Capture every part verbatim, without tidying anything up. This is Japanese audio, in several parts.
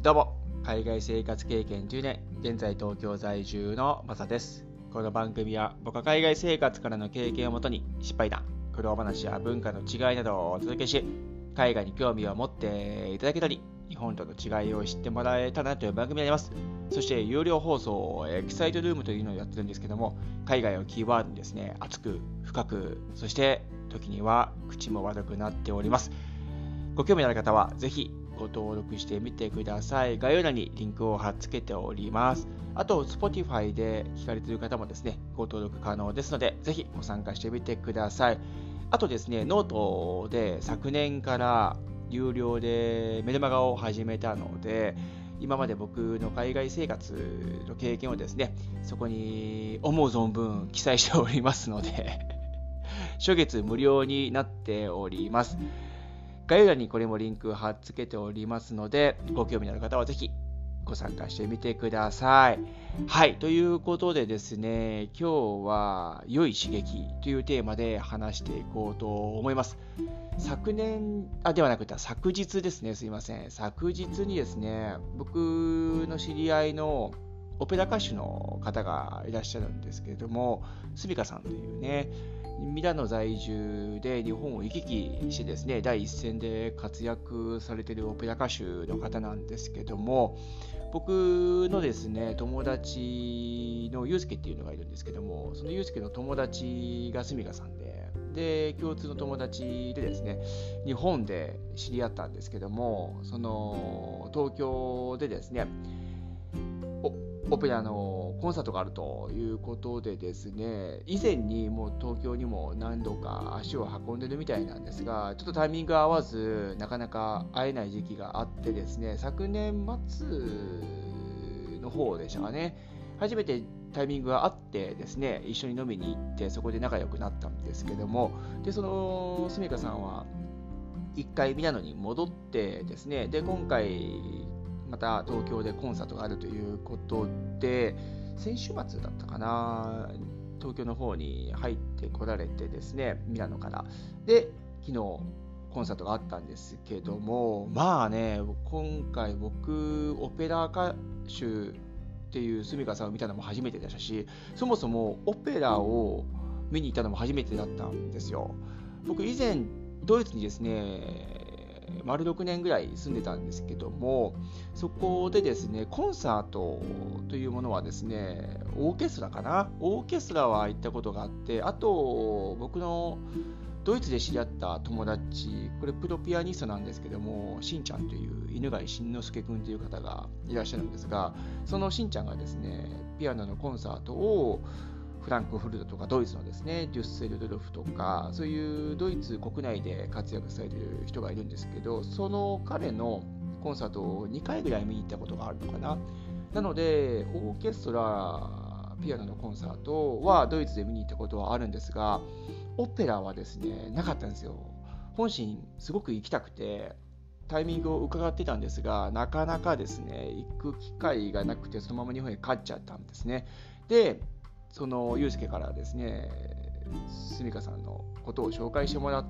どうも、海外生活経験じゅうねん、現在東京在住のマサです。この番組は僕は海外生活からの経験をもとに失敗談、苦労話や文化の違いなどをお届けし、海外に興味を持っていただけたり、日本との違いを知ってもらえたらなという番組になります。そして有料放送エキサイトルームというのをやってるんですけども、海外をキーワードにですね、熱く深く、そして時には口も悪くなっております。ご興味のある方はぜひご登録してみてください。概要欄にリンクを貼っ付けております。あと Spotify で聞かれている方もですね、ご登録可能ですので、ぜひご参加してみてください。あとですね、ノートで昨年から有料でメルマガを始めたので、今まで僕の海外生活の経験をですね、そこに思う存分記載しておりますので初月無料になっております。概要欄にこれもリンク貼っ付けておりますので、ご興味のある方はぜひご参加してみてください。はい、ということでですね、今日は良い刺激というテーマで話していこうと思います。昨年、あ、ではなくて昨日ですね、すいません。昨日にですね、僕の知り合いのオペラ歌手の方がいらっしゃるんですけれども、スミカさんというね、ミラノ在住で日本を行き来してですね、第一線で活躍されているオペラ歌手の方なんですけども、僕のですね、友達のユうスケっていうのがいるんですけども、そのユうスケの友達がスミカさんで、で、共通の友達でですね、日本で知り合ったんですけども、その東京でですね、オペラのコンサートがあるということでですね、以前にもう東京にも何度か足を運んでるみたいなんですが、ちょっとタイミング合わずなかなか会えない時期があってですね、昨年末の方でしたかね、初めてタイミングがあってですね、一緒に飲みに行ってそこで仲良くなったんですけども、でそのスミカさんは一回ミラノに戻ってですね、で今回また東京でコンサートがあるということで、先週末だったかな、東京の方に入ってこられてですね、ミラノから。で、昨日コンサートがあったんですけども、まあね、今回僕、オペラ歌手っていうスミカさんを見たのも初めてでしたし、そもそもオペラを見に行ったのも初めてだったんですよ。僕以前、ドイツにですね、丸ろくねんぐらい住んでたんですけども、そこでですね、コンサートというものはですね、オーケストラかなオーケストラは行ったことがあって、あと僕のドイツで知り合った友達、これプロピアニストなんですけども、しんちゃんという犬飼慎之介君という方がいらっしゃるんですが、そのしんちゃんがですね、ピアノのコンサートをフランクフルトとかドイツのですね、デュッセルドルフとか、そういうドイツ国内で活躍されている人がいるんですけど、その彼のコンサートをにかいぐらい見に行ったことがあるのかな。なので、オーケストラ、ピアノのコンサートはドイツで見に行ったことはあるんですが、オペラはですね、なかったんですよ。本心すごく行きたくて、タイミングを伺ってたんですが、なかなかですね、行く機会がなくて、そのまま日本へ帰っちゃったんですね。で、そのユうスケからですね、スミカさんのことを紹介してもらって、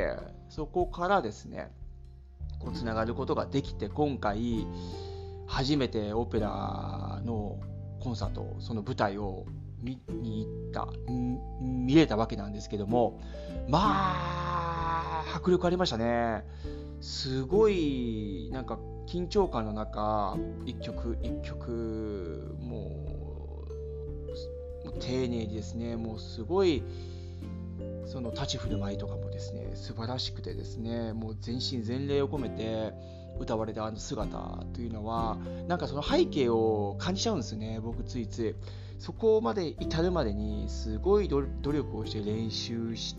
そこからですね、こうつながることができて、今回初めてオペラのコンサート、その舞台を見に行った、見れたわけなんですけども、まあ迫力ありましたね。すごいなんか緊張感の中、一曲一曲もう丁寧にですね、もうすごいその立ち振る舞いとかもですね、素晴らしくてですね、もう全身全霊を込めて歌われたあの姿というのは、なんかその背景を感じちゃうんですよね。僕ついついそこまで至るまでにすごい努力をして練習して、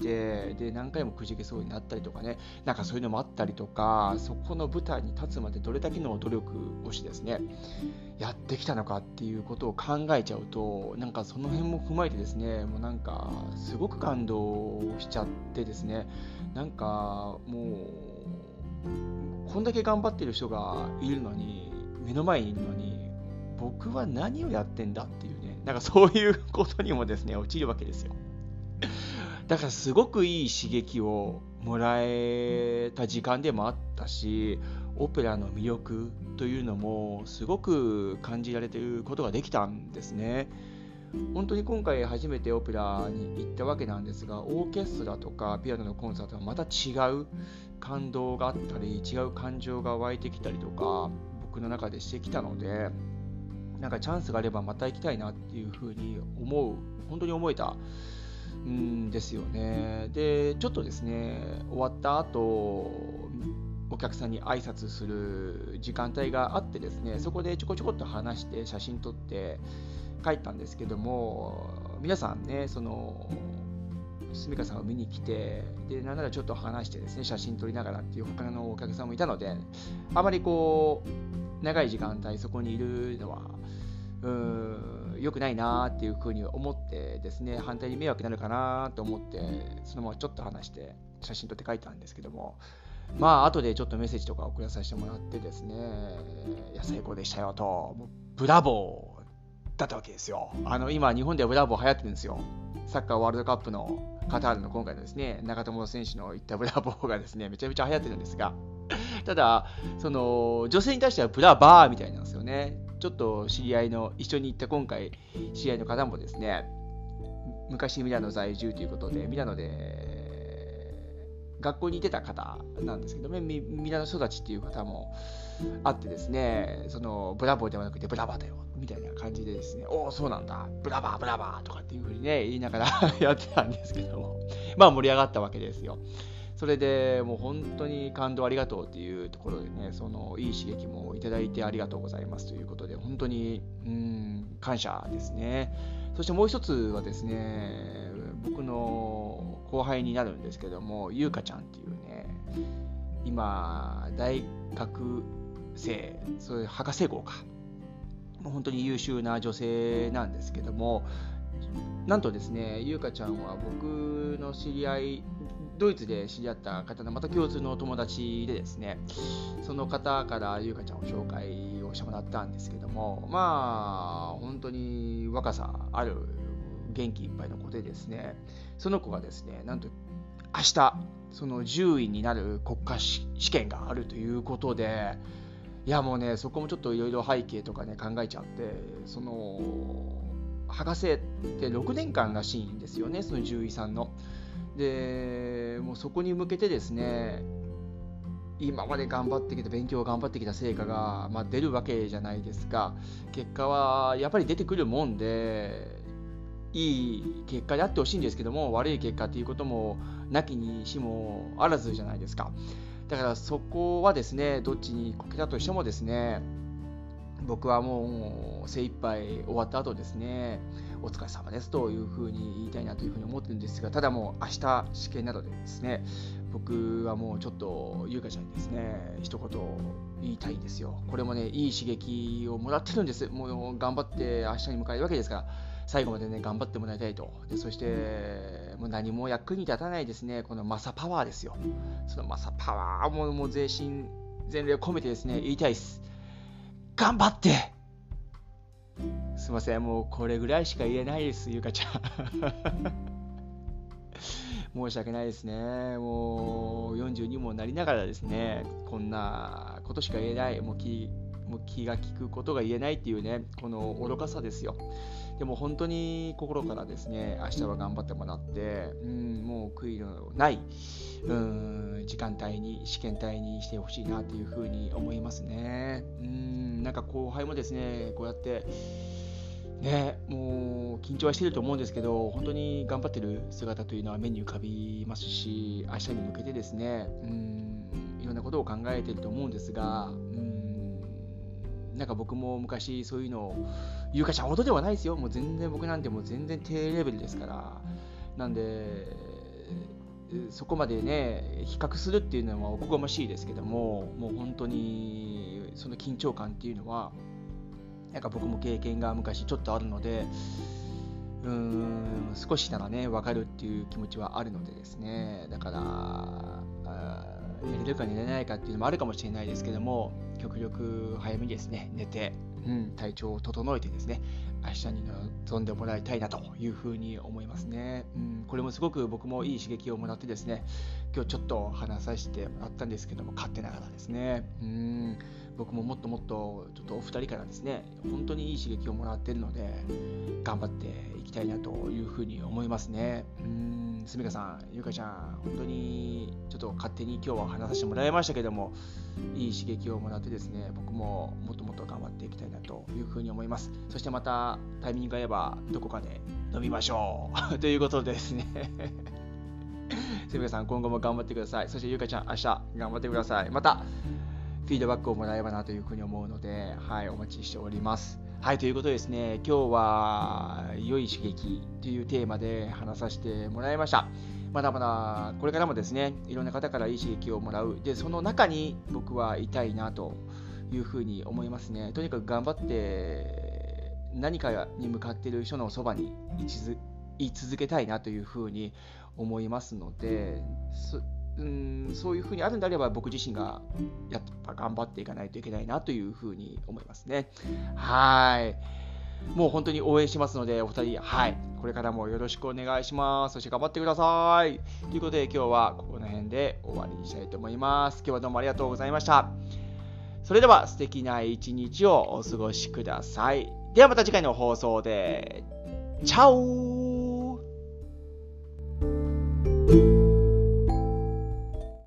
で何回もくじけそうになったりとかね、なんかそういうのもあったりとか、そこの舞台に立つまでどれだけの努力をしてですね、やってきたのかっていうことを考えちゃうと、なんかその辺も踏まえてですね、もうなんかすごく感動しちゃってですね、なんかもうこんだけ頑張ってる人がいるのに、目の前にいるのに、僕は何をやってんだっていうね、なんかそういうことにもですね、陥るわけですよ。だからすごくいい刺激をもらえた時間でもあったし、 オペラの魅力というのもすごく感じられていることができたんですね。本当に今回初めてオペラに行ったわけなんですが、オーケストラとかピアノのコンサートはまた違う感動があったり、違う感情が湧いてきたりとか僕の中でしてきたので、なんかチャンスがあればまた行きたいなっていうふうに思う、本当に思えたんですよね。で、ちょっとですね、終わった後お客さんに挨拶する時間帯があってですね、そこでちょこちょこっと話して写真撮って帰ったんですけども、皆さんね、そのすみかさんを見に来て、でなんならちょっと話してですね、写真撮りながらっていう他のお客さんもいたので、あまりこう長い時間帯そこにいるのはうーん良くないなっていうふうに思ってですね、反対に迷惑になるかなと思ってそのままちょっと話して写真撮って帰ったんですけども、まあ後でちょっとメッセージとか送らさせてもらってですね、いや最高でしたよと、もうブラボーだったわけですよ。あの今日本ではブラボー流行ってるんですよ。サッカーワールドカップのカタールの今回のですね、長友選手の言ったブラボーがですね、めちゃめちゃ流行ってるんですが、ただその女性に対してはブラバーみたいなんですよね。ちょっと知り合いの一緒に行った今回知り合いの方もですね、昔ミラノ在住ということでミラノで学校に行ってた方なんですけどね、ミ, ミラノ育ちっていう方もあってですね、そのブラボーではなくてブラバーだよみたいな感じでですね、おおそうなんだブラバーブラバーとかっていう風にね言いながらやってたんですけども、まあ盛り上がったわけですよ。それでもう本当に感動ありがとうっていうところでね、そのいい刺激もいただいてありがとうございますということで、本当にうーん感謝ですね。そしてもう一つはですね、僕の後輩になるんですけども、ゆうかちゃんっていうね、今大学生、そういう博士号か、もう本当に優秀な女性なんですけども、なんとですね、ゆうかちゃんは僕の知り合い、ドイツで知り合った方のまた共通の友達でですね、その方からゆうかちゃんを紹介をしてもらったんですけども、まあ本当に若さある元気いっぱいの子でですね、その子がですね、なんと明日その獣医になる国家試験があるということで、いやもうね、そこもちょっといろいろ背景とかね考えちゃって、その博士ってろくねんかんらしいんですよね、その獣医さんの。でもうそこに向けてですね、今まで頑張ってきた勉強を頑張ってきた成果が、まあ、出るわけじゃないですか。結果はやっぱり出てくるもんで、いい結果であってほしいんですけども、悪い結果っていうこともなきにしもあらずじゃないですか。だからそこはですね、どっちにこけたとしてもですね、僕はもう精一杯終わった後ですね、お疲れ様ですというふうに言いたいなというふうに思ってるんですが、ただもう明日試験などでですね、僕はもうちょっとゆうかちゃんにですね、一言言いたいんですよ。これもね、いい刺激をもらってるんです。もう頑張って明日に迎えるわけですから、最後までね頑張ってもらいたいと。でそしてもう何も役に立たないですね、このマサパワーですよ。そのマサパワーももう全身全霊を込めてですね言いたいです。頑張って。すいません、もうこれぐらいしか言えないです、ゆかちゃん申し訳ないですね。もうよんじゅうにもなりながらですね、こんなことしか言えない、もう 気, もう気が利くことが言えないっていうね、この愚かさですよ。でも本当に心からですね、明日は頑張ってもらって、うん、もう悔いのないうん時間帯に、試験帯にしてほしいなというふうに思いますね。うんなんか後輩もですね、こうやってね、もう緊張はしていると思うんですけど、本当に頑張ってる姿というのは目に浮かびますし、明日に向けてですね、うんいろんなことを考えていると思うんですが、うんなんか僕も昔そういうのを、ゆうかちゃんほどではないですよ、もう全然僕なんてもう全然低レベルですから、なんでそこまでね比較するっていうのはおこがましいですけども、もう本当にその緊張感っていうのはなんか僕も経験が昔ちょっとあるので、うーん少しならね分かるっていう気持ちはあるのでですね、だからやれるか寝れないかっていうのもあるかもしれないですけども、極力早めにですね寝て、うん、体調を整えてですね明日に臨んでもらいたいなというふうに思いますね。うん、これもすごく僕もいい刺激をもらってですね、今日ちょっと話させてもらったんですけども、勝手ながらですね、うん、僕ももっともっとちょっとお二人からですね、本当にいい刺激をもらっているので、頑張っていきたいなというふうに思いますね。うん、すみかさん、ゆかちゃん、本当にちょっと勝手に今日は話させてもらいましたけども、いい刺激をもらってですね、僕ももっともっと頑張っていきたいなというふうに思います。そしてまたタイミングが合えばどこかで飲みましょうということでですねすみかさん、今後も頑張ってください。そしてゆかちゃん、明日頑張ってください。またフィードバックをもらえばなというふうに思うので、はい、お待ちしております。はい、ということでですね、今日は良い刺激というテーマで話させてもらいました。まだまだこれからもですね、いろんな方からいい刺激をもらう。で、その中に僕はいたいなというふうに思いますね。とにかく頑張って何かに向かっている人のそばに居続けたいなというふうに思いますので、そうん、そういうふうにあるんであれば僕自身がやっぱ頑張っていかないといけないなというふうに思いますね。はい。もう本当に応援しますので、お二人、はい、これからもよろしくお願いします。そして頑張ってください。ということで今日はこの辺で終わりにしたいと思います。今日はどうもありがとうございました。それでは素敵な一日をお過ごしください。ではまた次回の放送で。チャオ